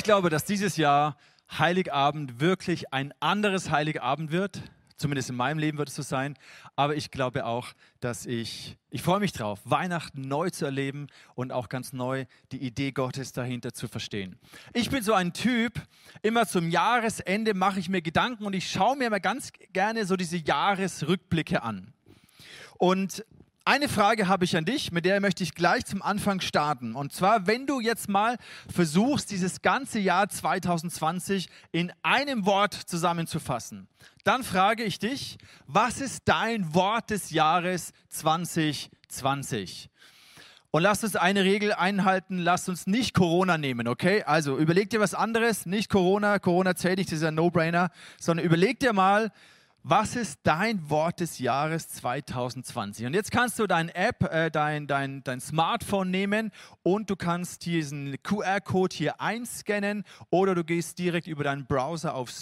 glaube, dass dieses Jahr Heiligabend wirklich ein anderes Heiligabend wird. Zumindest in meinem Leben wird es so sein. Aber ich glaube auch, dass ich freue mich drauf, Weihnachten neu zu erleben und auch ganz neu die Idee Gottes dahinter zu verstehen. Ich bin so ein Typ, immer zum Jahresende mache ich mir Gedanken und ich schaue mir immer ganz gerne so diese Jahresrückblicke an. Und eine Frage habe ich an dich, mit der möchte ich gleich zum Anfang starten. Und zwar, wenn du jetzt mal versuchst, dieses ganze Jahr 2020 in einem Wort zusammenzufassen, dann frage ich dich, was ist dein Wort des Jahres 2020? Und lasst uns eine Regel einhalten, lasst uns nicht Corona nehmen, okay? Also überleg dir was anderes, nicht Corona, Corona zählt nicht, das ist ein No-Brainer, sondern überleg dir mal, was ist dein Wort des Jahres 2020? Und jetzt kannst du deine App, dein Smartphone nehmen und du kannst diesen QR-Code hier einscannen oder du gehst direkt über deinen Browser auf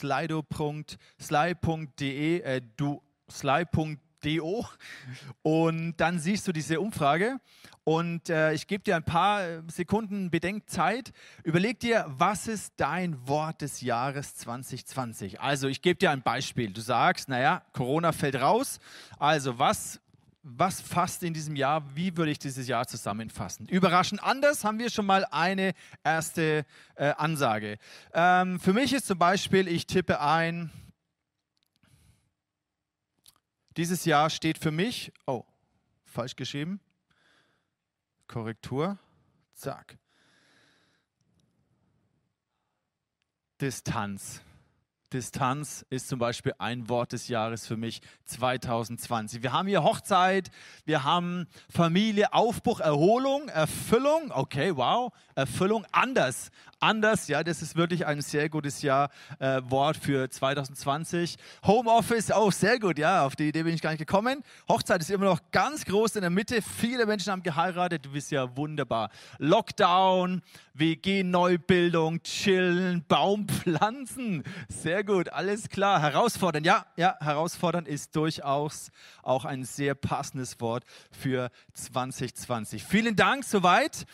slido.do und dann siehst du diese Umfrage. Und ich gebe dir ein paar Sekunden Bedenkzeit. Überleg dir, was ist dein Wort des Jahres 2020? Also ich gebe dir ein Beispiel. Du sagst, naja, Corona fällt raus. Also was fasst in diesem Jahr, wie würde ich dieses Jahr zusammenfassen? Überraschend anders haben wir schon mal eine erste Ansage. Für mich ist zum Beispiel, ich tippe ein, dieses Jahr steht für mich, oh, falsch geschrieben, Korrektur, zack. Distanz. Distanz ist zum Beispiel ein Wort des Jahres für mich 2020. Wir haben hier Hochzeit, wir haben Familie, Aufbruch, Erholung, Erfüllung. Okay, wow, Erfüllung, anders. Anders, ja, das ist wirklich ein sehr gutes Wort für 2020. Homeoffice, auch sehr gut, ja, auf die Idee bin ich gar nicht gekommen. Hochzeit ist immer noch ganz groß in der Mitte. Viele Menschen haben geheiratet, du bist ja wunderbar. Lockdown, WG-Neubildung, chillen, Baum pflanzen. Sehr gut, alles klar. Herausfordern, ja, herausfordern ist durchaus auch ein sehr passendes Wort für 2020. Vielen Dank, soweit.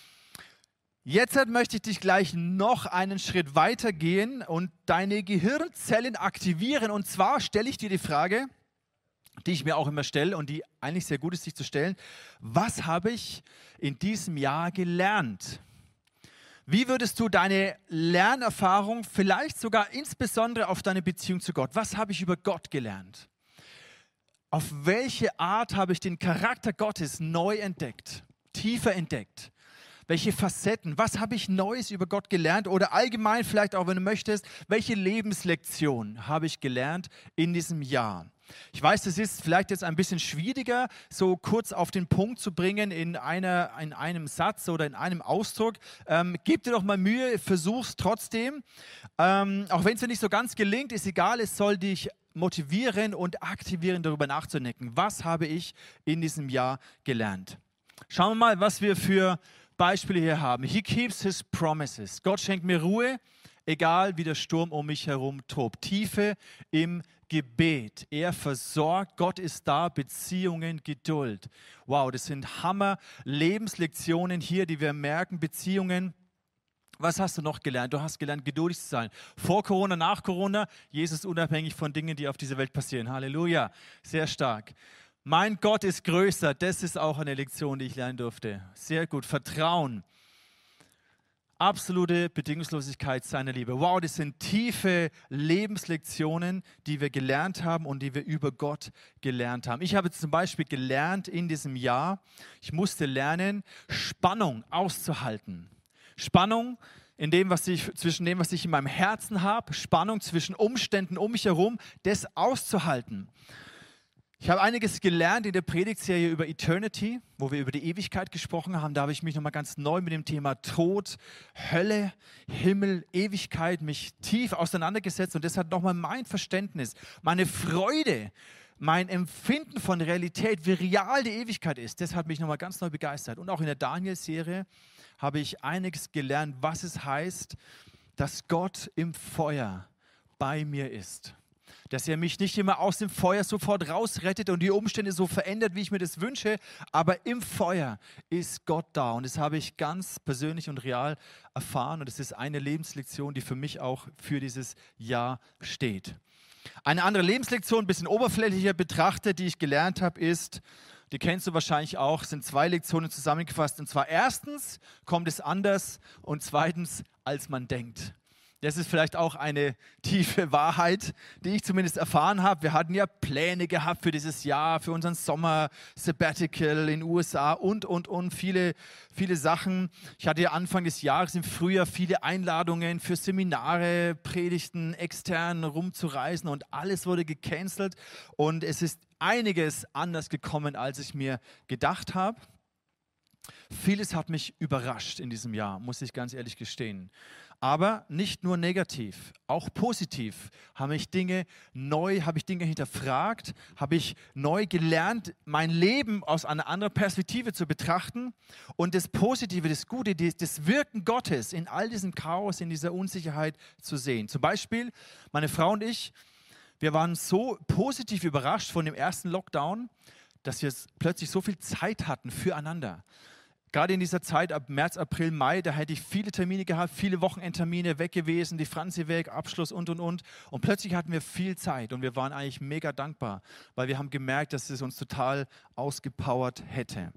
Jetzt möchte ich dich gleich noch einen Schritt weiter gehen und deine Gehirnzellen aktivieren. Und zwar stelle ich dir die Frage, die ich mir auch immer stelle und die eigentlich sehr gut ist, sich zu stellen. Was habe ich in diesem Jahr gelernt? Wie würdest du deine Lernerfahrung, vielleicht sogar insbesondere auf deine Beziehung zu Gott, was habe ich über Gott gelernt? Auf welche Art habe ich den Charakter Gottes neu entdeckt, tiefer entdeckt? Welche Facetten, was habe ich Neues über Gott gelernt oder allgemein vielleicht auch, wenn du möchtest, welche Lebenslektion habe ich gelernt in diesem Jahr? Ich weiß, das ist vielleicht jetzt ein bisschen schwieriger, so kurz auf den Punkt zu bringen in einem Satz oder in einem Ausdruck. Gib dir doch mal Mühe, versuch's trotzdem. Auch wenn es dir nicht so ganz gelingt, ist egal, es soll dich motivieren und aktivieren, darüber nachzudenken. Was habe ich in diesem Jahr gelernt? Schauen wir mal, was wir für Beispiele hier haben. He keeps his promises. Gott schenkt mir Ruhe, egal wie der Sturm um mich herum tobt. Tiefe im Gebet. Er versorgt, Gott ist da, Beziehungen, Geduld. Wow, das sind Hammer-Lebenslektionen hier, die wir merken, Beziehungen. Was hast du noch gelernt? Du hast gelernt, geduldig zu sein. Vor Corona, nach Corona, Jesus unabhängig von Dingen, die auf dieser Welt passieren. Halleluja, sehr stark. Mein Gott ist größer, das ist auch eine Lektion, die ich lernen durfte. Sehr gut, Vertrauen. Absolute Bedingungslosigkeit seiner Liebe. Wow, das sind tiefe Lebenslektionen, die wir gelernt haben und die wir über Gott gelernt haben. Ich habe zum Beispiel gelernt in diesem Jahr, ich musste lernen, Spannung auszuhalten. Spannung zwischen dem, was ich in meinem Herzen habe, Spannung zwischen Umständen um mich herum, das auszuhalten. Ich habe einiges gelernt in der Predigtserie über Eternity, wo wir über die Ewigkeit gesprochen haben. Da habe ich mich nochmal ganz neu mit dem Thema Tod, Hölle, Himmel, Ewigkeit mich tief auseinandergesetzt. Und das hat nochmal mein Verständnis, meine Freude, mein Empfinden von Realität, wie real die Ewigkeit ist, das hat mich nochmal ganz neu begeistert. Und auch in der Daniel-Serie habe ich einiges gelernt, was es heißt, dass Gott im Feuer bei mir ist. dass er mich nicht immer aus dem Feuer sofort rausrettet und die Umstände so verändert, wie ich mir das wünsche, aber im Feuer ist Gott da und das habe ich ganz persönlich und real erfahren und es ist eine Lebenslektion, die für mich auch für dieses Jahr steht. Eine andere Lebenslektion, ein bisschen oberflächlicher betrachtet, die ich gelernt habe, ist, die kennst du wahrscheinlich auch, sind 2 Lektionen zusammengefasst. Und zwar erstens kommt es anders und zweitens, als man denkt. Das ist vielleicht auch eine tiefe Wahrheit, die ich zumindest erfahren habe. Wir hatten ja Pläne gehabt für dieses Jahr, für unseren Sommer-Sabbatical in den USA und viele Sachen. Ich hatte ja Anfang des Jahres im Frühjahr viele Einladungen für Seminare, Predigten, extern rumzureisen und alles wurde gecancelt. Und es ist einiges anders gekommen, als ich mir gedacht habe. Vieles hat mich überrascht in diesem Jahr, muss ich ganz ehrlich gestehen. Aber nicht nur negativ, auch positiv habe ich Dinge hinterfragt, habe ich neu gelernt, mein Leben aus einer anderen Perspektive zu betrachten und das Positive, das Gute, das Wirken Gottes in all diesem Chaos, in dieser Unsicherheit zu sehen. Zum Beispiel meine Frau und ich, wir waren so positiv überrascht von dem ersten Lockdown, dass wir plötzlich so viel Zeit hatten füreinander. Gerade in dieser Zeit ab März, April, Mai, da hätte ich viele Termine gehabt, viele Wochenendtermine weg gewesen, die Franzi weg, Abschluss und. Und plötzlich hatten wir viel Zeit und wir waren eigentlich mega dankbar, weil wir haben gemerkt, dass es uns total ausgepowert hätte.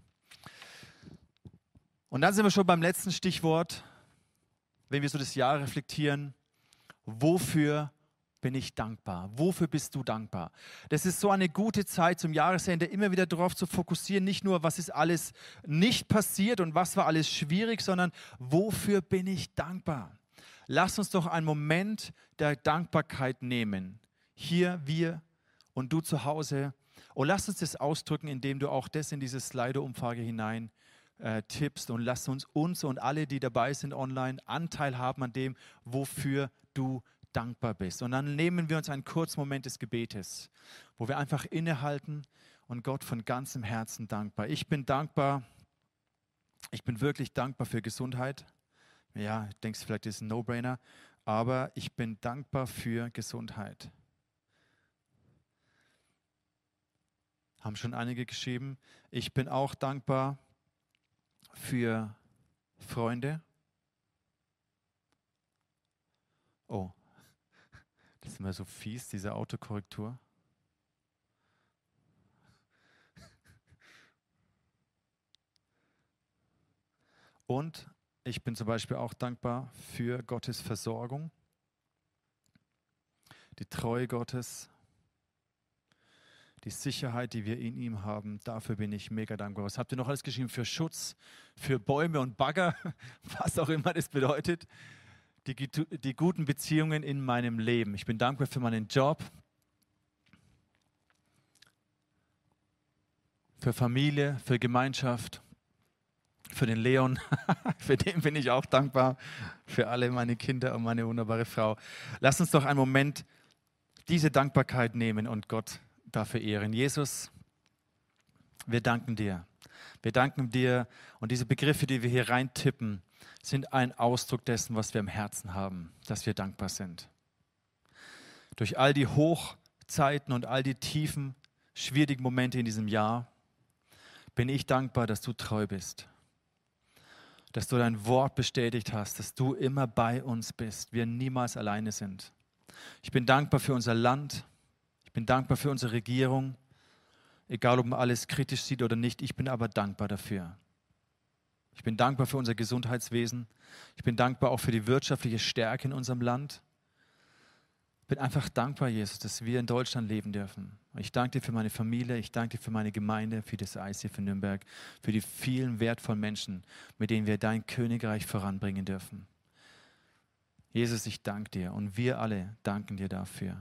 Und dann sind wir schon beim letzten Stichwort, wenn wir so das Jahr reflektieren, wofür bin ich dankbar? Wofür bist du dankbar? Das ist so eine gute Zeit zum Jahresende, immer wieder darauf zu fokussieren, nicht nur, was ist alles nicht passiert und was war alles schwierig, sondern wofür bin ich dankbar? Lass uns doch einen Moment der Dankbarkeit nehmen. Hier, wir und du zu Hause. Und lass uns das ausdrücken, indem du auch das in diese Slido-Umfrage hinein tippst und lass uns und alle, die dabei sind online, Anteil haben an dem, wofür du dankbar bist. Und dann nehmen wir uns einen kurzen Moment des Gebetes, wo wir einfach innehalten und Gott von ganzem Herzen dankbar. Ich bin dankbar, ich bin wirklich dankbar für Gesundheit. Ja, ich denke, vielleicht ist es ein No-Brainer, aber ich bin dankbar für Gesundheit. Haben schon einige geschrieben. Ich bin auch dankbar für Freunde. Oh. Das ist immer so fies, diese Autokorrektur. Und ich bin zum Beispiel auch dankbar für Gottes Versorgung, die Treue Gottes, die Sicherheit, die wir in ihm haben. Dafür bin ich mega dankbar. Was habt ihr noch alles geschrieben? Für Schutz, für Bäume und Bagger, was auch immer das bedeutet. Die guten Beziehungen in meinem Leben. Ich bin dankbar für meinen Job, für Familie, für Gemeinschaft, für den Leon, für den bin ich auch dankbar, für alle meine Kinder und meine wunderbare Frau. Lass uns doch einen Moment diese Dankbarkeit nehmen und Gott dafür ehren. Jesus, wir danken dir. Wir danken dir und diese Begriffe, die wir hier reintippen, sind ein Ausdruck dessen, was wir im Herzen haben, dass wir dankbar sind. Durch all die Hochzeiten und all die tiefen, schwierigen Momente in diesem Jahr bin ich dankbar, dass du treu bist, dass du dein Wort bestätigt hast, dass du immer bei uns bist, wir niemals alleine sind. Ich bin dankbar für unser Land, ich bin dankbar für unsere Regierung, egal ob man alles kritisch sieht oder nicht, ich bin aber dankbar dafür. Ich bin dankbar für unser Gesundheitswesen. Ich bin dankbar auch für die wirtschaftliche Stärke in unserem Land. Ich bin einfach dankbar, Jesus, dass wir in Deutschland leben dürfen. Ich danke dir für meine Familie, ich danke dir für meine Gemeinde, für das ICF in Nürnberg, für die vielen wertvollen Menschen, mit denen wir dein Königreich voranbringen dürfen. Jesus, ich danke dir und wir alle danken dir dafür.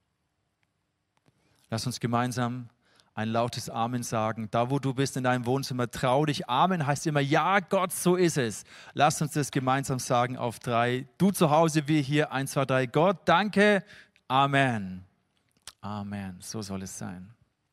Lass uns gemeinsam ein lautes Amen sagen. Da, wo du bist in deinem Wohnzimmer, trau dich. Amen heißt immer, ja Gott, so ist es. Lass uns das gemeinsam sagen auf 3. Du zu Hause, wir hier, 1, 2, 3. Gott, danke. Amen. Amen. So soll es sein.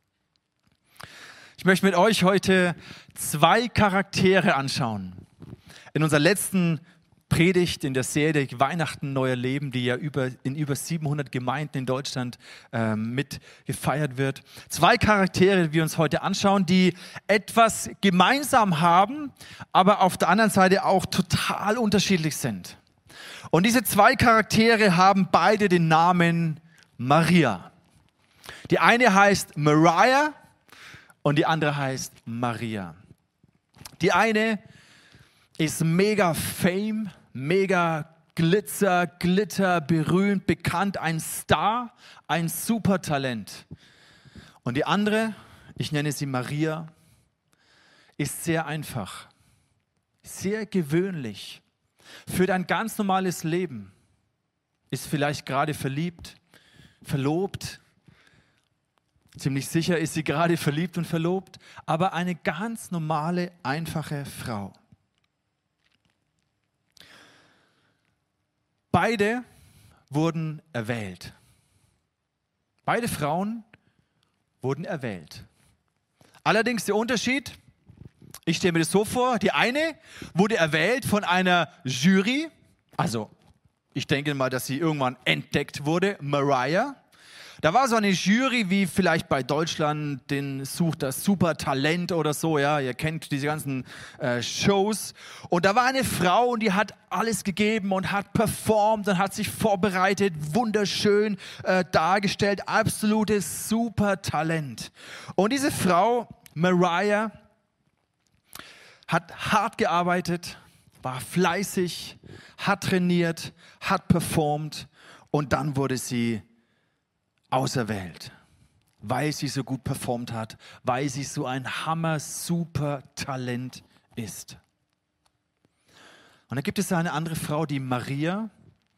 Ich möchte mit euch heute 2 Charaktere anschauen. In unserer letzten Predigt in der Serie Weihnachten, Neuer Leben, die ja in über 700 Gemeinden in Deutschland mit gefeiert wird. 2 Charaktere, die wir uns heute anschauen, die etwas gemeinsam haben, aber auf der anderen Seite auch total unterschiedlich sind. Und diese 2 Charaktere haben beide den Namen Maria. Die eine heißt Mariah und die andere heißt Maria. Die eine ist mega Fame, mega Glitzer, Glitter, berühmt, bekannt, ein Star, ein Supertalent. Und die andere, ich nenne sie Maria, ist sehr einfach, sehr gewöhnlich, führt ein ganz normales Leben, ist vielleicht gerade verliebt, verlobt, ziemlich sicher ist sie gerade verliebt und verlobt, aber eine ganz normale, einfache Frau. Beide wurden erwählt. Beide Frauen wurden erwählt. Allerdings der Unterschied, ich stelle mir das so vor, die eine wurde erwählt von einer Jury, also ich denke mal, dass sie irgendwann entdeckt wurde, Mariah. Da war so eine Jury, wie vielleicht bei Deutschland, den sucht das Supertalent oder so, ja, ihr kennt diese ganzen Shows. Und da war eine Frau und die hat alles gegeben und hat performt und hat sich vorbereitet, wunderschön dargestellt, absolutes Supertalent. Und diese Frau, Mariah, hat hart gearbeitet, war fleißig, hat trainiert, hat performt und dann wurde sie auserwählt, weil sie so gut performt hat, weil sie so ein Hammer-Super-Talent ist. Und dann gibt es eine andere Frau, die Maria,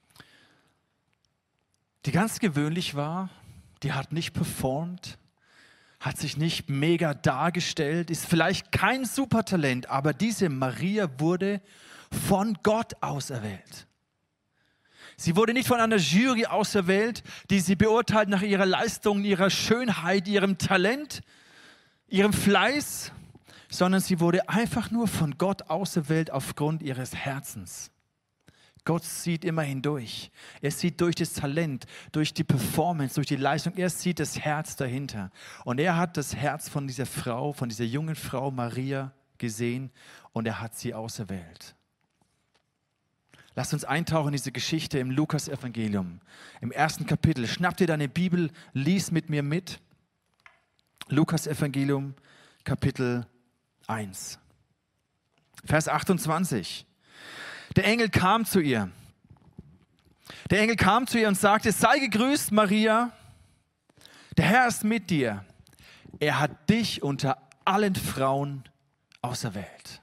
die ganz gewöhnlich war, die hat nicht performt, hat sich nicht mega dargestellt, ist vielleicht kein Supertalent, aber diese Maria wurde von Gott auserwählt. Sie wurde nicht von einer Jury auserwählt, die sie beurteilt nach ihrer Leistung, ihrer Schönheit, ihrem Talent, ihrem Fleiß, sondern sie wurde einfach nur von Gott auserwählt aufgrund ihres Herzens. Gott sieht immer hindurch. Er sieht durch das Talent, durch die Performance, durch die Leistung. Er sieht das Herz dahinter. Und er hat das Herz von dieser Frau, von dieser jungen Frau Maria gesehen und er hat sie auserwählt. Lasst uns eintauchen in diese Geschichte im Lukas-Evangelium, im 1. Kapitel. Schnapp dir deine Bibel, lies mit mir mit. Lukas-Evangelium, Kapitel 1. Vers 28. Der Engel kam zu ihr. Der Engel kam zu ihr und sagte, sei gegrüßt, Maria, der Herr ist mit dir. Er hat dich unter allen Frauen auserwählt.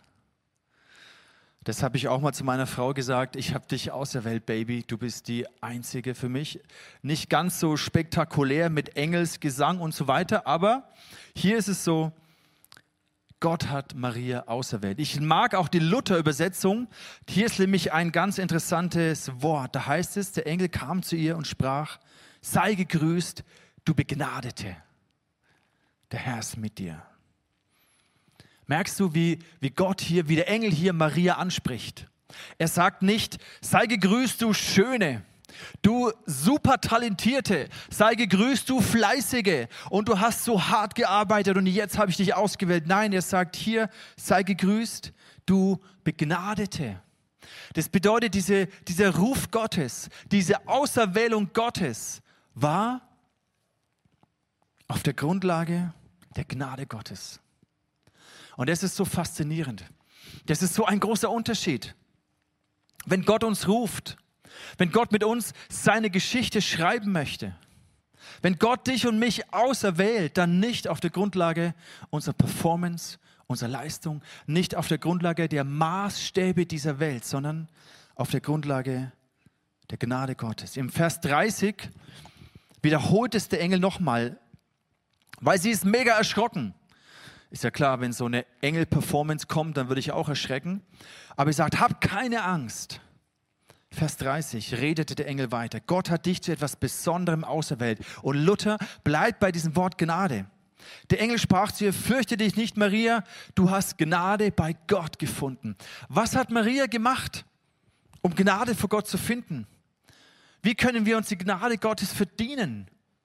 Das habe ich auch mal zu meiner Frau gesagt, ich habe dich auserwählt, Baby, du bist die Einzige für mich. Nicht ganz so spektakulär mit Engelsgesang und so weiter, aber hier ist es so, Gott hat Maria auserwählt. Ich mag auch die Luther-Übersetzung, hier ist nämlich ein ganz interessantes Wort. Da heißt es, der Engel kam zu ihr und sprach, sei gegrüßt, du Begnadete, der Herr ist mit dir. Merkst du, wie Gott hier, wie der Engel hier Maria anspricht? Er sagt nicht, sei gegrüßt, du Schöne, du Supertalentierte, sei gegrüßt, du Fleißige und du hast so hart gearbeitet und jetzt habe ich dich ausgewählt. Nein, er sagt hier, sei gegrüßt, du Begnadete. Das bedeutet, dieser Ruf Gottes, diese Auserwählung Gottes war auf der Grundlage der Gnade Gottes. Und das ist so faszinierend. Das ist so ein großer Unterschied. Wenn Gott uns ruft, wenn Gott mit uns seine Geschichte schreiben möchte, wenn Gott dich und mich auserwählt, dann nicht auf der Grundlage unserer Performance, unserer Leistung, nicht auf der Grundlage der Maßstäbe dieser Welt, sondern auf der Grundlage der Gnade Gottes. Im Vers 30 wiederholt es der Engel nochmal, weil sie ist mega erschrocken. Ist ja klar, wenn so eine Engel-Performance kommt, dann würde ich auch erschrecken. Aber er sagt, hab keine Angst. Vers 30 redete der Engel weiter. Gott hat dich zu etwas Besonderem auserwählt. Und Luther bleibt bei diesem Wort Gnade. Der Engel sprach zu ihr, fürchte dich nicht, Maria, du hast Gnade bei Gott gefunden. Was hat Maria gemacht? um Gnade vor Gott zu finden? Wie können wir uns die Gnade Gottes verdienen?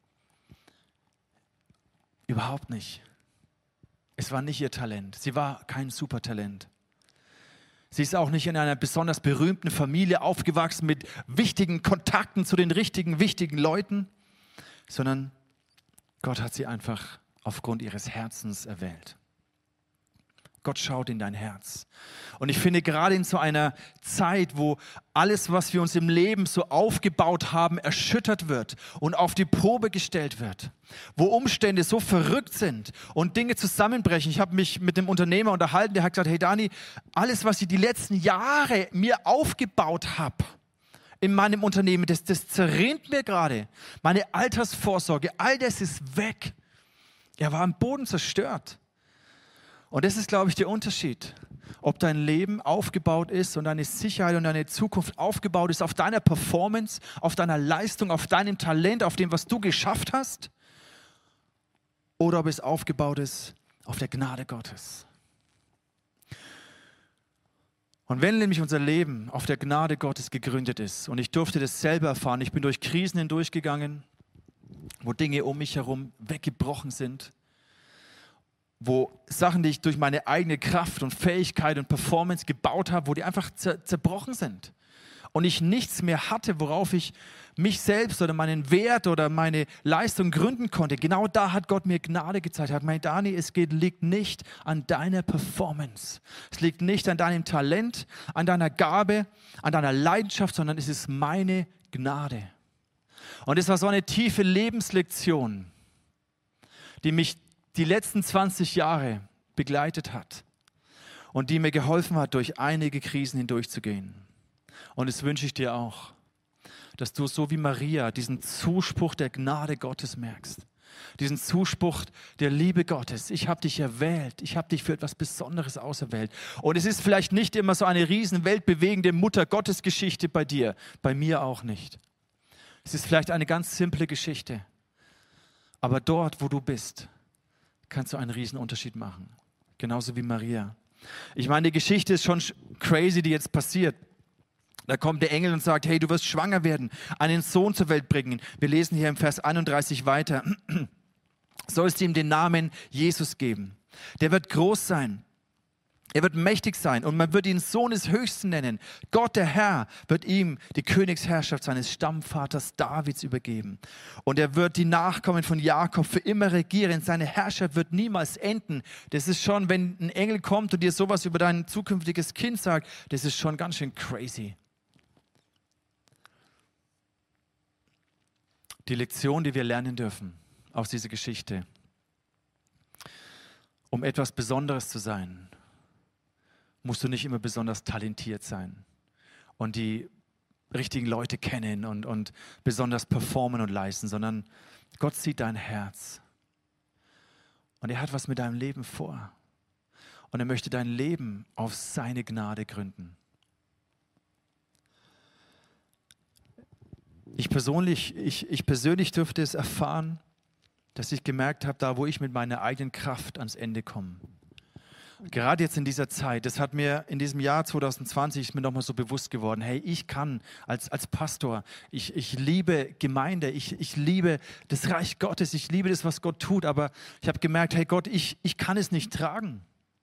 Überhaupt nicht. Es war nicht ihr Talent. Sie war kein Supertalent. Sie ist auch nicht in einer besonders berühmten Familie aufgewachsen mit wichtigen Kontakten zu den richtigen, wichtigen Leuten, sondern Gott hat sie einfach aufgrund ihres Herzens erwählt. Gott schaut in dein Herz. Und ich finde, gerade in so einer Zeit, wo alles, was wir uns im Leben so aufgebaut haben, erschüttert wird und auf die Probe gestellt wird, wo Umstände so verrückt sind und Dinge zusammenbrechen. Ich habe mich mit einem Unternehmer unterhalten, der hat gesagt, hey Dani, alles, was ich die letzten Jahre mir aufgebaut habe in meinem Unternehmen, das zerrinnt mir gerade. Meine Altersvorsorge, all das ist weg. Er war am Boden zerstört. Und das ist, glaube ich, der Unterschied, ob dein Leben aufgebaut ist und deine Sicherheit und deine Zukunft aufgebaut ist auf deiner Performance, auf deiner Leistung, auf deinem Talent, auf dem, was du geschafft hast, oder ob es aufgebaut ist auf der Gnade Gottes. Und wenn nämlich unser Leben auf der Gnade Gottes gegründet ist, und ich durfte das selber erfahren, ich bin durch Krisen hindurchgegangen, wo Dinge um mich herum weggebrochen sind, wo Sachen, die ich durch meine eigene Kraft und Fähigkeit und Performance gebaut habe, wo die einfach zerbrochen sind. Und ich nichts mehr hatte, worauf ich mich selbst oder meinen Wert oder meine Leistung gründen konnte. Genau da hat Gott mir Gnade gezeigt. Er hat gemeint, Dani, liegt nicht an deiner Performance. Es liegt nicht an deinem Talent, an deiner Gabe, an deiner Leidenschaft, sondern es ist meine Gnade. Und es war so eine tiefe Lebenslektion, die mich die letzten 20 Jahre begleitet hat und die mir geholfen hat, durch einige Krisen hindurchzugehen. Und das wünsche ich dir auch, dass du so wie Maria diesen Zuspruch der Gnade Gottes merkst. Diesen Zuspruch der Liebe Gottes. Ich habe dich erwählt. Ich habe dich für etwas Besonderes auserwählt. Und es ist vielleicht nicht immer so eine riesen weltbewegende Mutter-Gottes-Geschichte bei dir. Bei mir auch nicht. Es ist vielleicht eine ganz simple Geschichte. Aber dort, wo du bist, kannst du einen riesen Unterschied machen. Genauso wie Maria. Ich meine, die Geschichte ist schon crazy, die jetzt passiert. Da kommt der Engel und sagt, hey, du wirst schwanger werden, einen Sohn zur Welt bringen. Wir lesen hier im Vers 31 weiter. Sollst du ihm den Namen Jesus geben. Der wird groß sein. Er wird mächtig sein und man wird ihn Sohn des Höchsten nennen. Gott, der Herr, wird ihm die Königsherrschaft seines Stammvaters Davids übergeben. Und er wird die Nachkommen von Jakob für immer regieren. Seine Herrschaft wird niemals enden. Das ist schon, wenn ein Engel kommt und dir sowas über dein zukünftiges Kind sagt, das ist schon ganz schön crazy. Die Lektion, die wir lernen dürfen aus dieser Geschichte, um etwas Besonderes zu sein, musst du nicht immer besonders talentiert sein und die richtigen Leute kennen und besonders performen und leisten, sondern Gott sieht dein Herz und er hat was mit deinem Leben vor und er möchte dein Leben auf seine Gnade gründen. Ich persönlich dürfte es erfahren, dass ich gemerkt habe, da wo ich mit meiner eigenen Kraft ans Ende komme. Gerade jetzt in dieser Zeit, das hat mir in diesem Jahr 2020 ist mir nochmal so bewusst geworden, hey, ich kann als Pastor, ich liebe Gemeinde, ich liebe das Reich Gottes, ich liebe das, was Gott tut, aber ich habe gemerkt, hey Gott, ich kann es nicht tragen.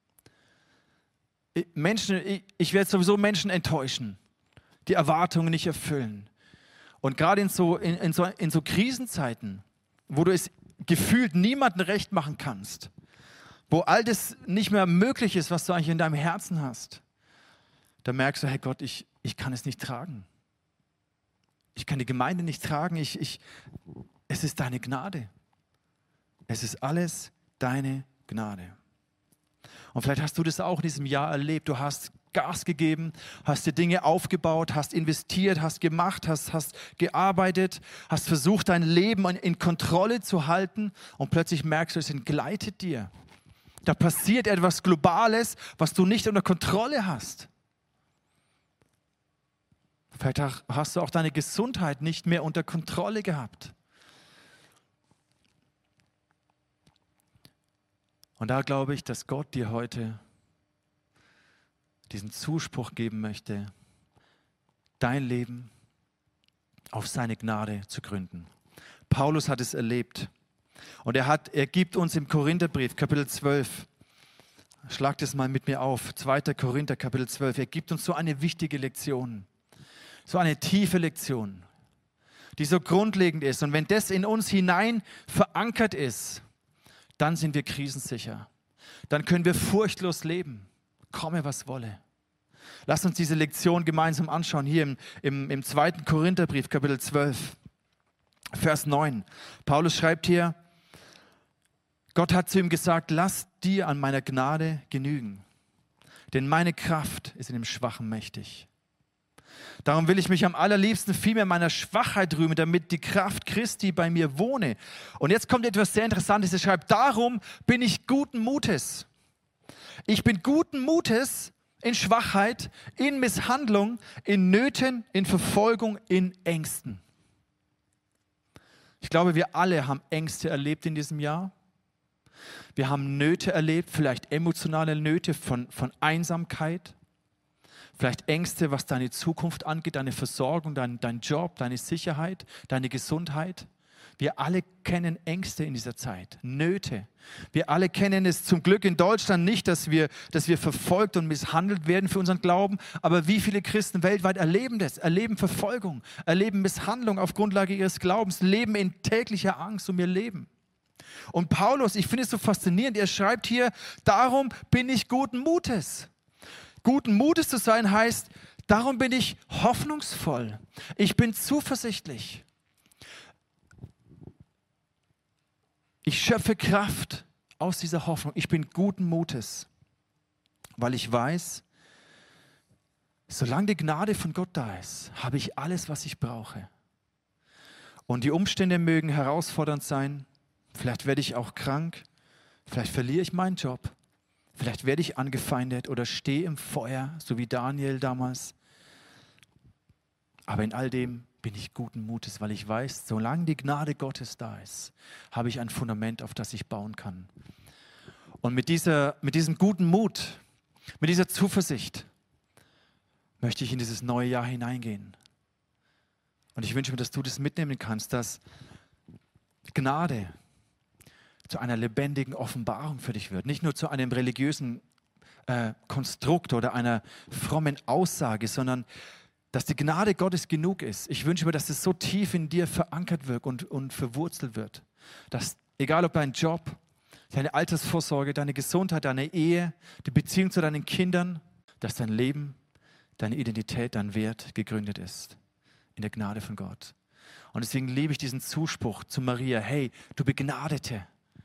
Ich werde sowieso Menschen enttäuschen, die Erwartungen nicht erfüllen. Und gerade in so Krisenzeiten, wo du es gefühlt niemandem recht machen kannst, wo all das nicht mehr möglich ist, was du eigentlich in deinem Herzen hast, da merkst du, hey Gott, ich kann es nicht tragen. Ich kann die Gemeinde nicht tragen. Es ist deine Gnade. Es ist alles deine Gnade. Und vielleicht hast du das auch in diesem Jahr erlebt. Du hast Gas gegeben, hast dir Dinge aufgebaut, hast investiert, hast gemacht, hast gearbeitet, hast versucht, dein Leben in Kontrolle zu halten und plötzlich merkst du, es entgleitet dir. Da passiert etwas Globales, was du nicht unter Kontrolle hast. Vielleicht hast du auch deine Gesundheit nicht mehr unter Kontrolle gehabt. Und da glaube ich, dass Gott dir heute diesen Zuspruch geben möchte. dein Leben auf seine Gnade zu gründen. Paulus hat es erlebt. Und er gibt uns im Korintherbrief, Kapitel 12, schlag das mal mit mir auf, 2. Korinther, Kapitel 12, er gibt uns so eine wichtige Lektion, so eine tiefe Lektion, die so grundlegend ist. Und wenn das in uns hinein verankert ist, dann sind wir krisensicher. Dann können wir furchtlos leben, komme was wolle. Lasst uns diese Lektion gemeinsam anschauen, hier im 2. Korintherbrief, Kapitel 12, Vers 9. Paulus schreibt hier, Gott hat zu ihm gesagt, lass dir an meiner Gnade genügen, denn meine Kraft ist in dem Schwachen mächtig. Darum will ich mich am allerliebsten vielmehr meiner Schwachheit rühmen, damit die Kraft Christi bei mir wohne. Und jetzt kommt etwas sehr Interessantes. Er schreibt, darum bin ich guten Mutes. Ich bin guten Mutes in Schwachheit, in Misshandlung, in Nöten, in Verfolgung, in Ängsten. Ich glaube, wir alle haben Ängste erlebt in diesem Jahr. Wir haben Nöte erlebt, vielleicht emotionale Nöte von Einsamkeit. Vielleicht Ängste, was deine Zukunft angeht, deine Versorgung, dein Job, deine Sicherheit, deine Gesundheit. Wir alle kennen Ängste in dieser Zeit, Nöte. Wir alle kennen es zum Glück in Deutschland nicht, dass wir verfolgt und misshandelt werden für unseren Glauben. Aber wie viele Christen weltweit erleben das? Erleben Verfolgung, erleben Misshandlung auf Grundlage ihres Glaubens, leben in täglicher Angst um ihr Leben. Und Paulus, ich finde es so faszinierend, er schreibt hier, darum bin ich guten Mutes. Guten Mutes zu sein heißt, darum bin ich hoffnungsvoll. Ich bin zuversichtlich. Ich schöpfe Kraft aus dieser Hoffnung. Ich bin guten Mutes, weil ich weiß, solange die Gnade von Gott da ist, habe ich alles, was ich brauche. Und die Umstände mögen herausfordernd sein. Vielleicht werde ich auch krank. Vielleicht verliere ich meinen Job. Vielleicht werde ich angefeindet oder stehe im Feuer, so wie Daniel damals. Aber in all dem bin ich guten Mutes, weil ich weiß, solange die Gnade Gottes da ist, habe ich ein Fundament, auf das ich bauen kann. Und mit diesem guten Mut, mit dieser Zuversicht möchte ich in dieses neue Jahr hineingehen. Und ich wünsche mir, dass du das mitnehmen kannst, dass Gnade zu einer lebendigen Offenbarung für dich wird. Nicht nur zu einem religiösen Konstrukt oder einer frommen Aussage, sondern dass die Gnade Gottes genug ist. Ich wünsche mir, dass es so tief in dir verankert wird und verwurzelt wird. Dass, egal ob dein Job, deine Altersvorsorge, deine Gesundheit, deine Ehe, die Beziehung zu deinen Kindern, dass dein Leben, deine Identität, dein Wert gegründet ist in der Gnade von Gott. Und deswegen liebe ich diesen Zuspruch zu Maria, hey, du Begnadete.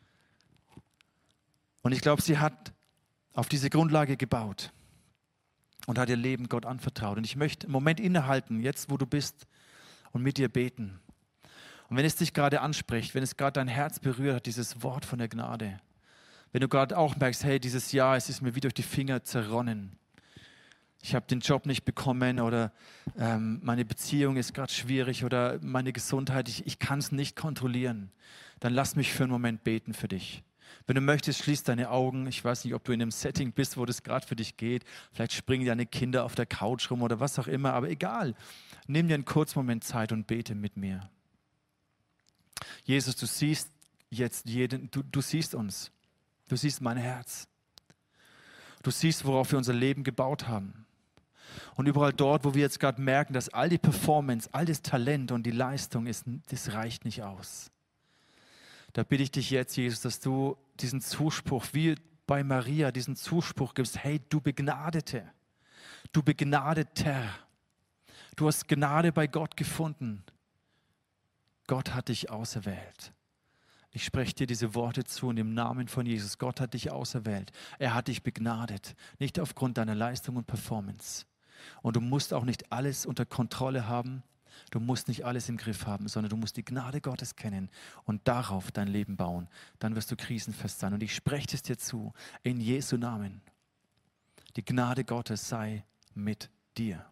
Und ich glaube, sie hat auf diese Grundlage gebaut und hat ihr Leben Gott anvertraut. Und ich möchte einen Moment innehalten, jetzt wo du bist, und mit dir beten. Und wenn es dich gerade anspricht, wenn es gerade dein Herz berührt hat, dieses Wort von der Gnade, wenn du gerade auch merkst, hey, dieses Jahr, es ist mir wie durch die Finger zerronnen. Ich habe den Job nicht bekommen oder meine Beziehung ist gerade schwierig oder meine Gesundheit, ich kann es nicht kontrollieren. Dann lass mich für einen Moment beten für dich. Wenn du möchtest, schließ deine Augen. Ich weiß nicht, ob du in einem Setting bist, wo das gerade für dich geht. Vielleicht springen deine Kinder auf der Couch rum oder was auch immer. Aber egal, nimm dir einen kurzen Moment Zeit und bete mit mir. Jesus, du siehst jetzt jeden, du siehst uns. Du siehst mein Herz. Du siehst, worauf wir unser Leben gebaut haben. Und überall dort, wo wir jetzt gerade merken, dass all die Performance, all das Talent und die Leistung, das reicht nicht aus. Da bitte ich dich jetzt, Jesus, dass du diesen Zuspruch, wie bei Maria, diesen Zuspruch gibst, hey, du Begnadete, du Begnadeter, du hast Gnade bei Gott gefunden. Gott hat dich auserwählt. Ich spreche dir diese Worte zu in dem Namen von Jesus. Gott hat dich auserwählt. Er hat dich begnadet, nicht aufgrund deiner Leistung und Performance. Und du musst auch nicht alles unter Kontrolle haben. Du musst nicht alles im Griff haben, sondern du musst die Gnade Gottes kennen und darauf dein Leben bauen. Dann wirst du krisenfest sein. Und ich spreche es dir zu, in Jesu Namen. Die Gnade Gottes sei mit dir.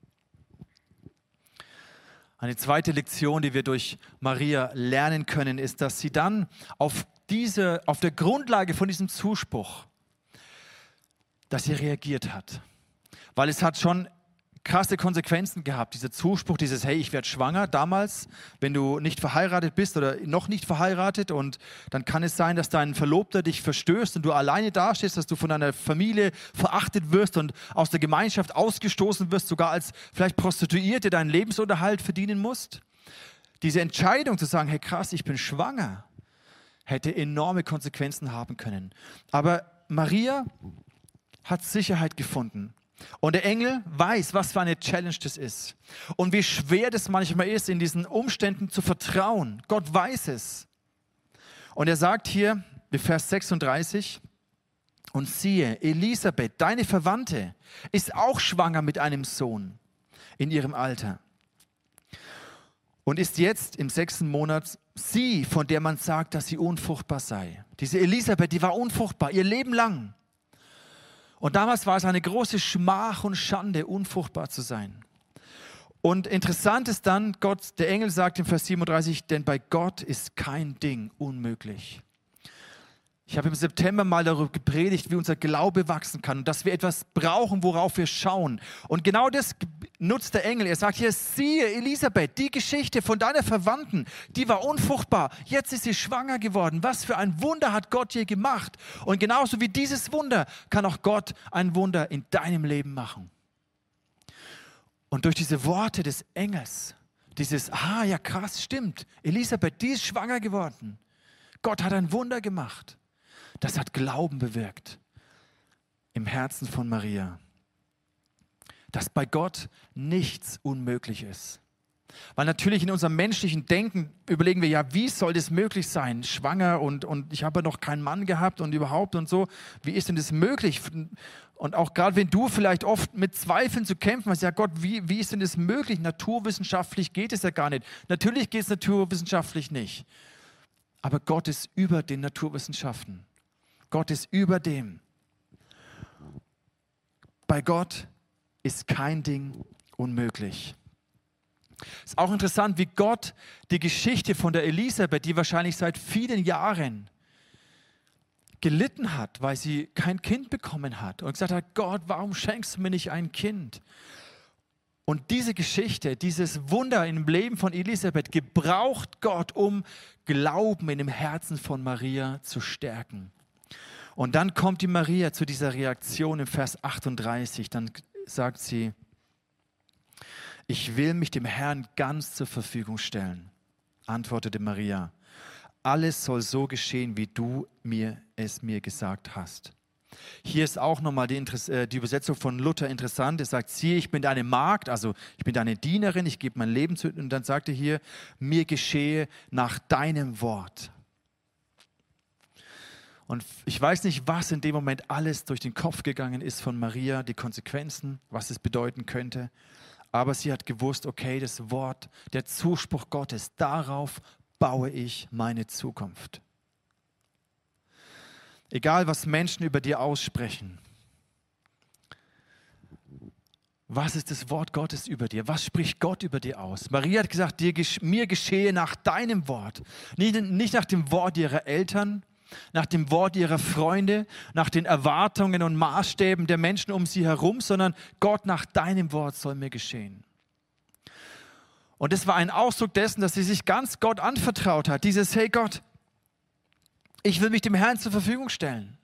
Eine zweite Lektion, die wir durch Maria lernen können, ist, dass sie dann auf der Grundlage von diesem Zuspruch, dass sie reagiert hat. Weil es hat schon krasse Konsequenzen gehabt. Dieser Zuspruch, dieses hey, ich werde schwanger damals, wenn du nicht verheiratet bist oder noch nicht verheiratet und dann kann es sein, dass dein Verlobter dich verstößt und du alleine dastehst, dass du von deiner Familie verachtet wirst und aus der Gemeinschaft ausgestoßen wirst, sogar als vielleicht Prostituierte deinen Lebensunterhalt verdienen musst. Diese Entscheidung zu sagen, hey krass, ich bin schwanger, hätte enorme Konsequenzen haben können. Aber Maria hat Sicherheit gefunden. Und der Engel weiß, was für eine Challenge das ist. Und wie schwer das manchmal ist, in diesen Umständen zu vertrauen. Gott weiß es. Und er sagt hier, in Vers 36, und siehe, Elisabeth, deine Verwandte, ist auch schwanger mit einem Sohn in ihrem Alter. Und ist jetzt im 6. Monat sie, von der man sagt, dass sie unfruchtbar sei. Diese Elisabeth, die war unfruchtbar, ihr Leben lang. Und damals war es eine große Schmach und Schande, unfruchtbar zu sein. Und interessant ist dann, der Engel sagt im Vers 37, denn bei Gott ist kein Ding unmöglich. Ich habe im September mal darüber gepredigt, wie unser Glaube wachsen kann und dass wir etwas brauchen, worauf wir schauen. Und genau das nutzt der Engel. Er sagt hier, siehe Elisabeth, die Geschichte von deiner Verwandten, die war unfruchtbar. Jetzt ist sie schwanger geworden. Was für ein Wunder hat Gott hier gemacht. Und genauso wie dieses Wunder kann auch Gott ein Wunder in deinem Leben machen. Und durch diese Worte des Engels, dieses, ja krass, stimmt, Elisabeth, die ist schwanger geworden. Gott hat ein Wunder gemacht. Das hat Glauben bewirkt im Herzen von Maria. Dass bei Gott nichts unmöglich ist. Weil natürlich in unserem menschlichen Denken überlegen wir, ja, wie soll das möglich sein? Schwanger und ich habe noch keinen Mann gehabt und überhaupt und so. Wie ist denn das möglich? Und auch gerade wenn du vielleicht oft mit Zweifeln zu kämpfen hast, ja Gott, wie ist denn das möglich? Naturwissenschaftlich geht es ja gar nicht. Natürlich geht es naturwissenschaftlich nicht. Aber Gott ist über den Naturwissenschaften. Gott ist über dem. Bei Gott ist kein Ding unmöglich. Es ist auch interessant, wie Gott die Geschichte von der Elisabeth, die wahrscheinlich seit vielen Jahren gelitten hat, weil sie kein Kind bekommen hat und gesagt hat, Gott, warum schenkst du mir nicht ein Kind? Und diese Geschichte, dieses Wunder im Leben von Elisabeth gebraucht Gott, um Glauben in dem Herzen von Maria zu stärken. Und dann kommt die Maria zu dieser Reaktion im Vers 38. Dann sagt sie, ich will mich dem Herrn ganz zur Verfügung stellen, antwortete Maria. Alles soll so geschehen, wie du es mir gesagt hast. Hier ist auch nochmal die Übersetzung von Luther interessant. Er sagt, siehe, ich bin deine Magd, also ich bin deine Dienerin, ich gebe mein Leben zu. Und dann sagt er hier, mir geschehe nach deinem Wort. Und ich weiß nicht, was in dem Moment alles durch den Kopf gegangen ist von Maria, die Konsequenzen, was es bedeuten könnte. Aber sie hat gewusst, okay, das Wort, der Zuspruch Gottes, darauf baue ich meine Zukunft. Egal, was Menschen über dir aussprechen. Was ist das Wort Gottes über dir? Was spricht Gott über dir aus? Maria hat gesagt, mir geschehe nach deinem Wort. Nicht nach dem Wort ihrer Eltern, nach dem Wort ihrer Freunde, nach den Erwartungen und Maßstäben der Menschen um sie herum, sondern Gott, nach deinem Wort soll mir geschehen. Und das war ein Ausdruck dessen, dass sie sich ganz Gott anvertraut hat. Dieses, hey Gott, ich will mich dem Herrn zur Verfügung stellen.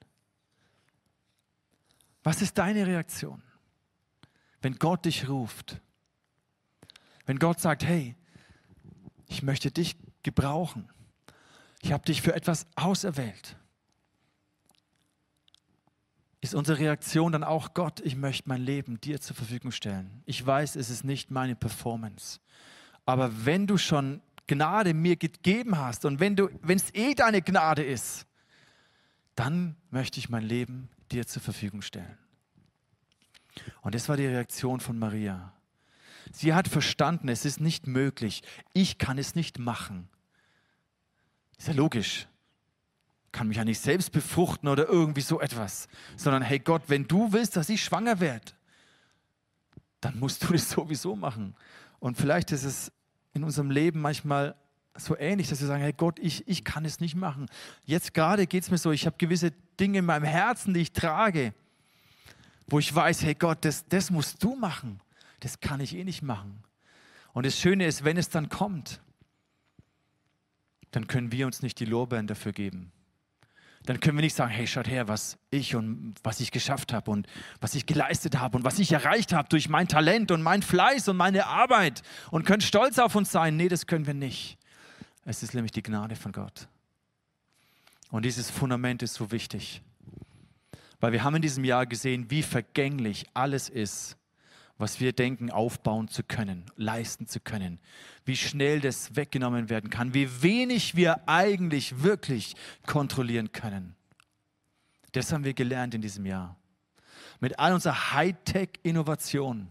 Was ist deine Reaktion, wenn Gott dich ruft? Wenn Gott sagt, hey, ich möchte dich gebrauchen. Ich habe dich für etwas auserwählt. Ist unsere Reaktion dann auch, Gott, ich möchte mein Leben dir zur Verfügung stellen. Ich weiß, es ist nicht meine Performance. Aber wenn du schon Gnade mir gegeben hast und wenn es deine Gnade ist, dann möchte ich mein Leben dir zur Verfügung stellen. Und das war die Reaktion von Maria. Sie hat verstanden, es ist nicht möglich. Ich kann es nicht machen. Ist ja logisch. Kann mich ja nicht selbst befruchten oder irgendwie so etwas. Sondern, hey Gott, wenn du willst, dass ich schwanger werde, dann musst du das sowieso machen. Und vielleicht ist es in unserem Leben manchmal so ähnlich, dass wir sagen, hey Gott, ich kann es nicht machen. Jetzt gerade geht es mir so, ich habe gewisse Dinge in meinem Herzen, die ich trage, wo ich weiß, hey Gott, das musst du machen. das kann ich eh nicht machen. Und das Schöne ist, wenn es dann kommt, dann können wir uns nicht die Lorbeeren dafür geben. Dann können wir nicht sagen, hey, schaut her, was ich geschafft habe und was ich geleistet habe und was ich erreicht habe durch mein Talent und mein Fleiß und meine Arbeit und können stolz auf uns sein. Nee, das können wir nicht. Es ist nämlich die Gnade von Gott. Und dieses Fundament ist so wichtig, weil wir haben in diesem Jahr gesehen, wie vergänglich alles ist, was wir denken, aufbauen zu können, leisten zu können, wie schnell das weggenommen werden kann, wie wenig wir eigentlich wirklich kontrollieren können. Das haben wir gelernt in diesem Jahr. Mit all unserer Hightech-Innovation,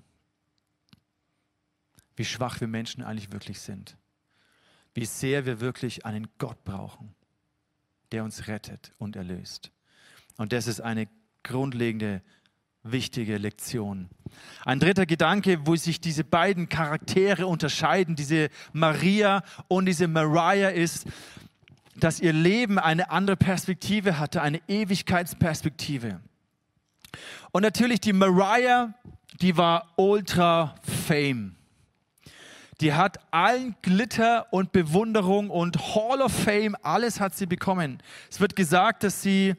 wie schwach wir Menschen eigentlich wirklich sind, wie sehr wir wirklich einen Gott brauchen, der uns rettet und erlöst. Und das ist eine grundlegende wichtige Lektion. Ein dritter Gedanke, wo sich diese beiden Charaktere unterscheiden, diese Maria und diese Mariah, ist, dass ihr Leben eine andere Perspektive hatte, eine Ewigkeitsperspektive. Und natürlich die Mariah, die war ultra fame. Die hat allen Glitter und Bewunderung und Hall of Fame, alles hat sie bekommen. Es wird gesagt, dass sie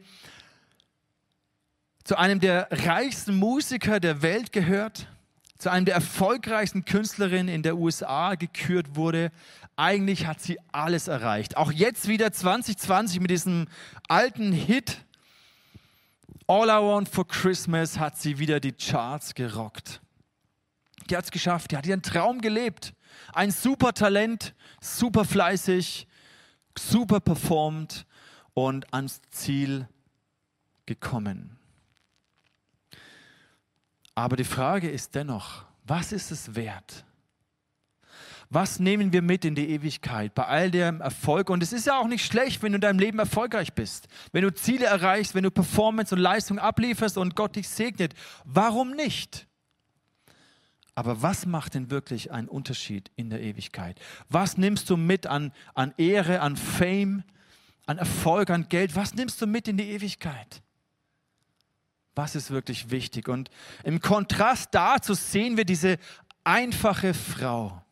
zu einem der reichsten Musiker der Welt gehört, zu einem der erfolgreichsten Künstlerinnen in der USA gekürt wurde. Eigentlich hat sie alles erreicht. Auch jetzt wieder 2020 mit diesem alten Hit All I Want for Christmas hat sie wieder die Charts gerockt. Die hat es geschafft, die hat ihren Traum gelebt. Ein super Talent, super fleißig, super performt und ans Ziel gekommen. Aber die Frage ist dennoch, was ist es wert? Was nehmen wir mit in die Ewigkeit bei all dem Erfolg? Und es ist ja auch nicht schlecht, wenn du in deinem Leben erfolgreich bist. Wenn du Ziele erreichst, wenn du Performance und Leistung ablieferst und Gott dich segnet. Warum nicht? Aber was macht denn wirklich einen Unterschied in der Ewigkeit? Was nimmst du mit an Ehre, an Fame, an Erfolg, an Geld? Was nimmst du mit in die Ewigkeit? Was ist wirklich wichtig? Und im Kontrast dazu sehen wir diese einfache Frau.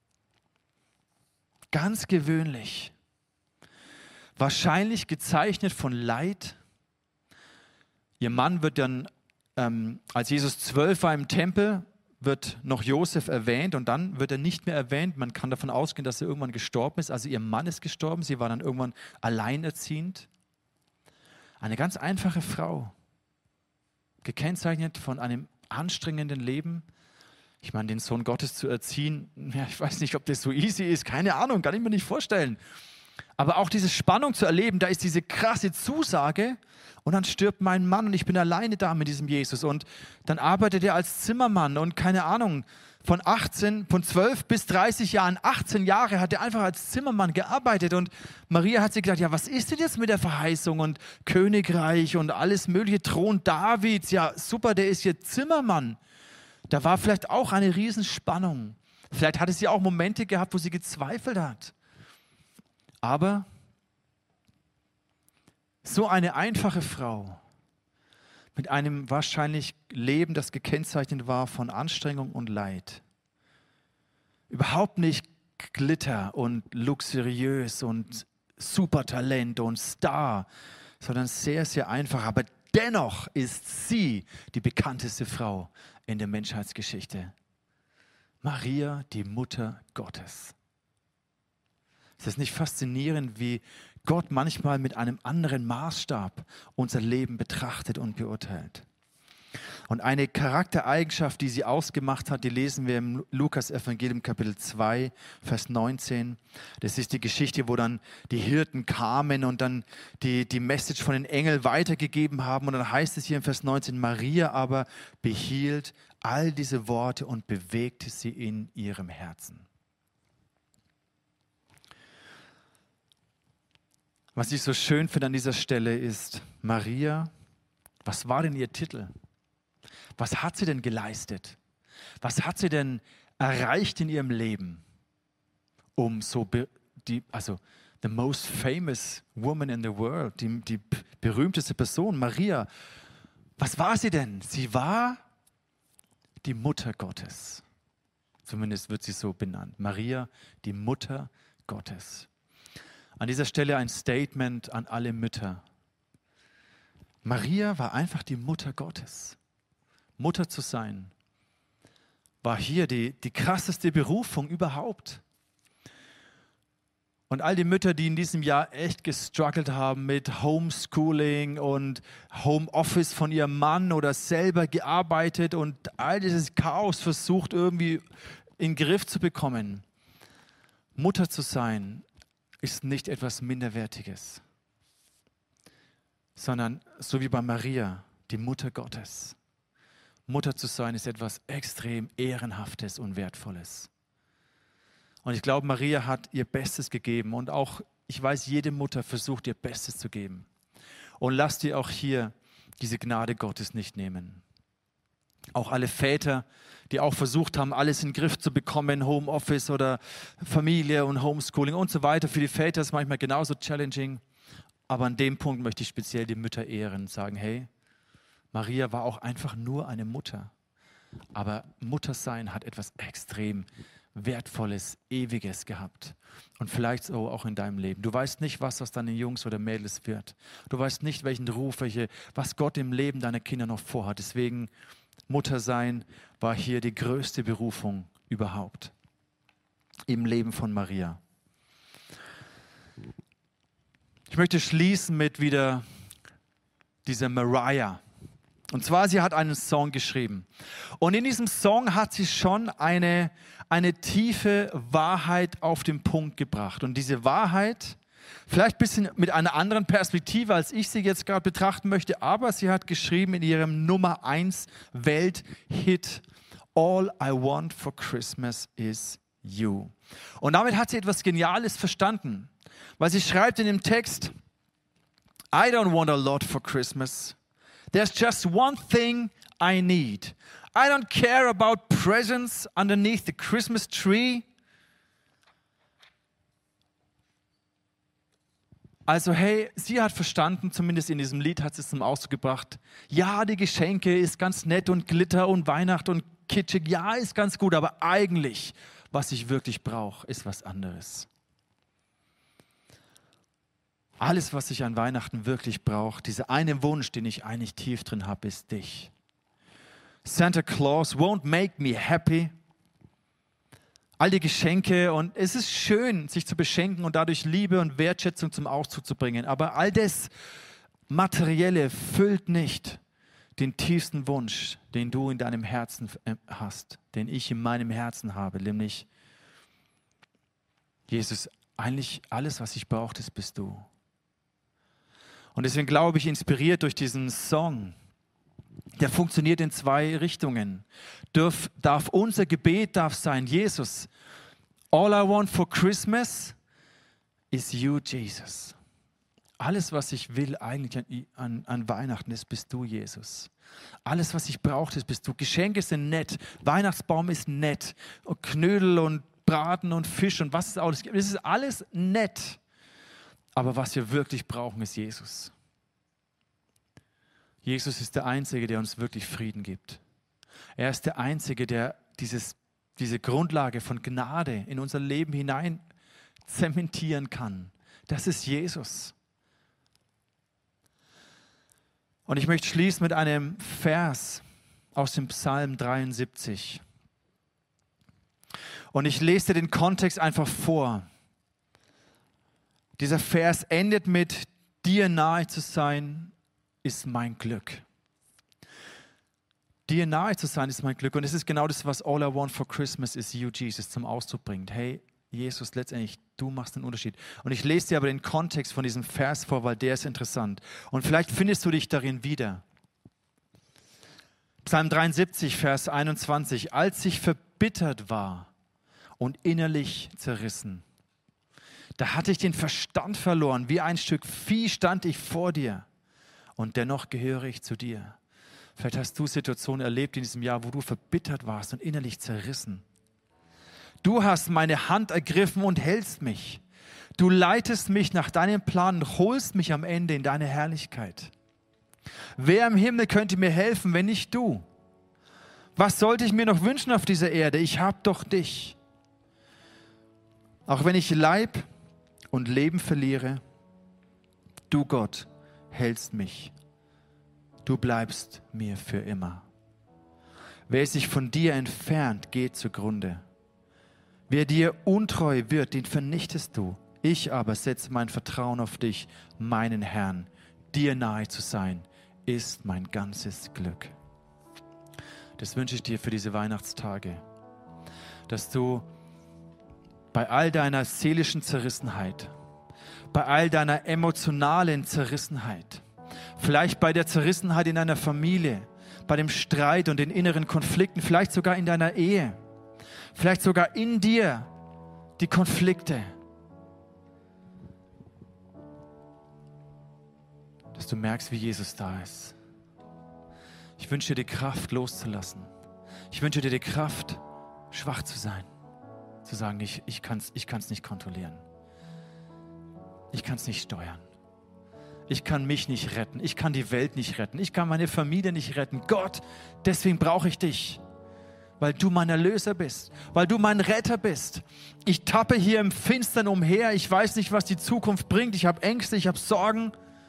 Ganz gewöhnlich. Wahrscheinlich gezeichnet von Leid. Ihr Mann wird dann, als Jesus 12 war im Tempel, wird noch Josef erwähnt und dann wird er nicht mehr erwähnt. Man kann davon ausgehen, dass er irgendwann gestorben ist. Also ihr Mann ist gestorben, sie war dann irgendwann alleinerziehend. Eine ganz einfache Frau. Gekennzeichnet von einem anstrengenden Leben. Ich meine, den Sohn Gottes zu erziehen, ja, ich weiß nicht, ob das so easy ist, keine Ahnung, kann ich mir nicht vorstellen. Aber auch diese Spannung zu erleben, da ist diese krasse Zusage und dann stirbt mein Mann und ich bin alleine da mit diesem Jesus und dann arbeitet er als Zimmermann und keine Ahnung, von 12 bis 30 Jahren, 18 Jahre hat er einfach als Zimmermann gearbeitet und Maria hat sich gedacht, ja, was ist denn jetzt mit der Verheißung und Königreich und alles mögliche, Thron Davids, ja super, der ist jetzt Zimmermann. Da war vielleicht auch eine Riesenspannung. Vielleicht hatte sie auch Momente gehabt, wo sie gezweifelt hat. Aber so eine einfache Frau mit einem wahrscheinlich Leben, das gekennzeichnet war von Anstrengung und Leid. Überhaupt nicht Glitter und luxuriös und Supertalent und Star, sondern sehr, sehr einfach. Aber dennoch ist sie die bekannteste Frau in der Menschheitsgeschichte. Maria, die Mutter Gottes. Ist das nicht faszinierend, wie Gott manchmal mit einem anderen Maßstab unser Leben betrachtet und beurteilt? Und eine Charaktereigenschaft, die sie ausgemacht hat, die lesen wir im Lukas-Evangelium Kapitel 2, Vers 19. Das ist die Geschichte, wo dann die Hirten kamen und dann die Message von den Engeln weitergegeben haben. Und dann heißt es hier im Vers 19, Maria aber behielt all diese Worte und bewegte sie in ihrem Herzen. Was ich so schön finde an dieser Stelle ist, Maria, was war denn ihr Titel? Was hat sie denn geleistet? Was hat sie denn erreicht in ihrem Leben, um the most famous woman in the world, die berühmteste Person, Maria, was war sie denn? Sie war die Mutter Gottes. Zumindest wird sie so benannt. Maria, die Mutter Gottes. An dieser Stelle ein Statement an alle Mütter. Maria war einfach die Mutter Gottes. Mutter zu sein, war hier die krasseste Berufung überhaupt. Und all die Mütter, die in diesem Jahr echt gestruggelt haben mit Homeschooling und Homeoffice von ihrem Mann oder selber gearbeitet und all dieses Chaos versucht irgendwie in den Griff zu bekommen. Mutter zu sein ist nicht etwas Minderwertiges, sondern so wie bei Maria, die Mutter Gottes. Mutter zu sein ist etwas extrem Ehrenhaftes und Wertvolles. Und ich glaube, Maria hat ihr Bestes gegeben und auch, ich weiß, jede Mutter versucht ihr Bestes zu geben. Und lasst ihr auch hier diese Gnade Gottes nicht nehmen. Auch alle Väter, die auch versucht haben, alles in den Griff zu bekommen, Homeoffice oder Familie und Homeschooling und so weiter. Für die Väter ist es manchmal genauso challenging. Aber an dem Punkt möchte ich speziell die Mütter ehren und sagen, hey, Maria war auch einfach nur eine Mutter. Aber Muttersein hat etwas extrem Wertvolles, Ewiges gehabt. Und vielleicht so auch in deinem Leben. Du weißt nicht, was aus deinen Jungs oder Mädels wird. Du weißt nicht, welchen Ruf, was Gott im Leben deiner Kinder noch vorhat. Deswegen, Muttersein war hier die größte Berufung überhaupt im Leben von Maria. Ich möchte schließen mit wieder dieser Mariah. Und zwar, sie hat einen Song geschrieben. Und in diesem Song hat sie schon eine tiefe Wahrheit auf den Punkt gebracht. Und diese Wahrheit, vielleicht ein bisschen mit einer anderen Perspektive, als ich sie jetzt gerade betrachten möchte, aber sie hat geschrieben in ihrem Nummer 1 Welthit, All I Want for Christmas is You. Und damit hat sie etwas Geniales verstanden, weil sie schreibt in dem Text, I don't want a lot for Christmas. There's just one thing I need. I don't care about presents underneath the Christmas tree. Also hey, sie hat verstanden, zumindest in diesem Lied hat sie es zum Ausdruck gebracht, ja, die Geschenke ist ganz nett und Glitter und Weihnacht und kitschig, ja, ist ganz gut, aber eigentlich, was ich wirklich brauche, ist was anderes. Alles, was ich an Weihnachten wirklich brauche, dieser eine Wunsch, den ich eigentlich tief drin habe, ist dich. Santa Claus won't make me happy. All die Geschenke und es ist schön, sich zu beschenken und dadurch Liebe und Wertschätzung zum Ausdruck zu bringen. Aber all das Materielle füllt nicht den tiefsten Wunsch, den du in deinem Herzen hast, den ich in meinem Herzen habe, nämlich Jesus, eigentlich alles, was ich brauche, das bist du. Und deswegen glaube ich, inspiriert durch diesen Song, der funktioniert in 2 Richtungen. Unser Gebet darf sein, Jesus, all I want for Christmas is you, Jesus. Alles, was ich will eigentlich an Weihnachten, das bist du, Jesus. Alles, was ich brauche, das bist du. Geschenke sind nett, Weihnachtsbaum ist nett, und Knödel und Braten und Fisch und was es alles gibt. Das ist alles nett. Aber was wir wirklich brauchen, ist Jesus. Jesus ist der Einzige, der uns wirklich Frieden gibt. Er ist der Einzige, der diese Grundlage von Gnade in unser Leben hinein zementieren kann. Das ist Jesus. Und ich möchte schließen mit einem Vers aus dem Psalm 73. Und ich lese dir den Kontext einfach vor. Dieser Vers endet mit, dir nahe zu sein, ist mein Glück. Dir nahe zu sein, ist mein Glück. Und es ist genau das, was All I Want for Christmas is You, Jesus, zum Ausdruck bringt. Hey, Jesus, letztendlich, du machst den Unterschied. Und ich lese dir aber den Kontext von diesem Vers vor, weil der ist interessant. Und vielleicht findest du dich darin wieder. Psalm 73, Vers 21. Als ich verbittert war und innerlich zerrissen, da hatte ich den Verstand verloren. Wie ein Stück Vieh stand ich vor dir. Und dennoch gehöre ich zu dir. Vielleicht hast du Situationen erlebt in diesem Jahr, wo du verbittert warst und innerlich zerrissen. Du hast meine Hand ergriffen und hältst mich. Du leitest mich nach deinem Plan und holst mich am Ende in deine Herrlichkeit. Wer im Himmel könnte mir helfen, wenn nicht du? Was sollte ich mir noch wünschen auf dieser Erde? Ich habe doch dich. Auch wenn ich Leib und Leben verliere, du Gott hältst mich. Du bleibst mir für immer. Wer sich von dir entfernt, geht zugrunde. Wer dir untreu wird, den vernichtest du. Ich aber setze mein Vertrauen auf dich, meinen Herrn. Dir nahe zu sein, ist mein ganzes Glück. Das wünsche ich dir für diese Weihnachtstage, dass du bei all deiner seelischen Zerrissenheit, bei all deiner emotionalen Zerrissenheit, vielleicht bei der Zerrissenheit in deiner Familie, bei dem Streit und den inneren Konflikten, vielleicht sogar in deiner Ehe, vielleicht sogar in dir die Konflikte, dass du merkst, wie Jesus da ist. Ich wünsche dir die Kraft, loszulassen. Ich wünsche dir die Kraft, schwach zu sein, zu sagen, ich kann's nicht kontrollieren. Ich kann es nicht steuern. Ich kann mich nicht retten. Ich kann die Welt nicht retten. Ich kann meine Familie nicht retten. Gott, deswegen brauche ich dich, weil du mein Erlöser bist, weil du mein Retter bist. Ich tappe hier im Finstern umher. Ich weiß nicht, was die Zukunft bringt. Ich habe Ängste, ich habe Sorgen.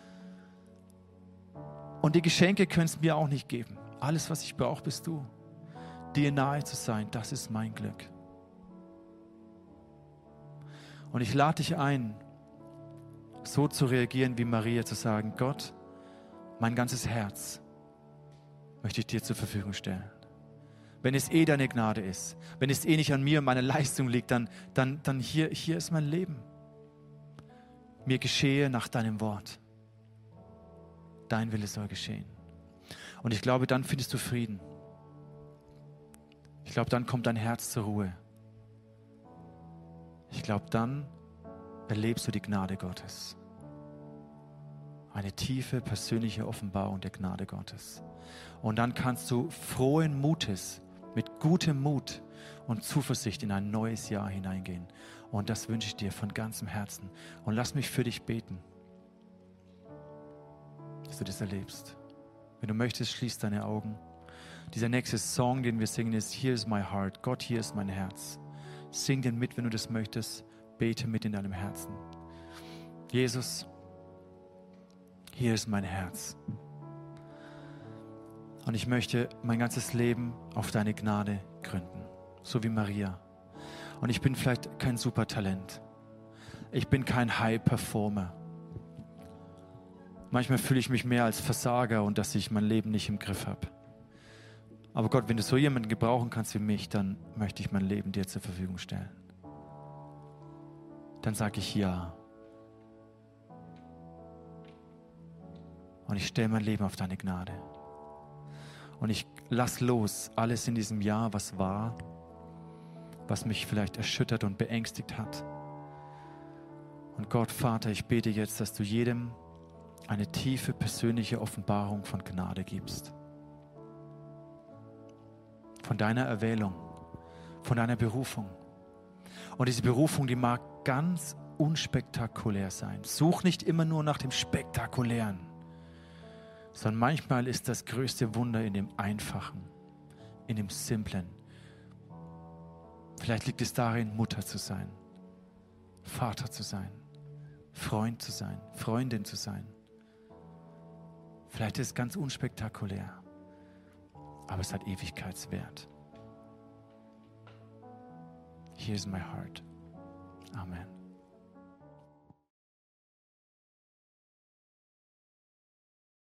Und die Geschenke können es mir auch nicht geben. Alles, was ich brauche, bist du. Dir nahe zu sein, das ist mein Glück. Und ich lade dich ein, so zu reagieren wie Maria, zu sagen, Gott, mein ganzes Herz möchte ich dir zur Verfügung stellen. Wenn es deine Gnade ist, wenn es nicht an mir und meiner Leistung liegt, dann hier ist mein Leben. Mir geschehe nach deinem Wort. Dein Wille soll geschehen. Und ich glaube, dann findest du Frieden. Ich glaube, dann kommt dein Herz zur Ruhe. Ich glaube, dann erlebst du die Gnade Gottes. Eine tiefe, persönliche Offenbarung der Gnade Gottes. Und dann kannst du frohen Mutes, mit gutem Mut und Zuversicht in ein neues Jahr hineingehen. Und das wünsche ich dir von ganzem Herzen. Und lass mich für dich beten, dass du das erlebst. Wenn du möchtest, schließ deine Augen. Dieser nächste Song, den wir singen, ist Here is my heart. Gott, hier ist mein Herz. Sing den mit, wenn du das möchtest. Bete mit in deinem Herzen. Jesus, hier ist mein Herz. Und ich möchte mein ganzes Leben auf deine Gnade gründen. So wie Maria. Und ich bin vielleicht kein Supertalent. Ich bin kein High-Performer. Manchmal fühle ich mich mehr als Versager und dass ich mein Leben nicht im Griff habe. Aber Gott, wenn du so jemanden gebrauchen kannst wie mich, dann möchte ich mein Leben dir zur Verfügung stellen. Dann sage ich ja. Und ich stelle mein Leben auf deine Gnade. Und ich lass los alles in diesem Jahr, was war, was mich vielleicht erschüttert und beängstigt hat. Und Gott, Vater, ich bete jetzt, dass du jedem eine tiefe persönliche Offenbarung von Gnade gibst. Von deiner Erwählung, von deiner Berufung. Und diese Berufung, die mag ganz unspektakulär sein. Such nicht immer nur nach dem Spektakulären, sondern manchmal ist das größte Wunder in dem Einfachen, in dem Simplen. Vielleicht liegt es darin, Mutter zu sein, Vater zu sein, Freund zu sein, Freundin zu sein. Vielleicht ist es ganz unspektakulär, aber es hat Ewigkeitswert. Here's my heart. Amen.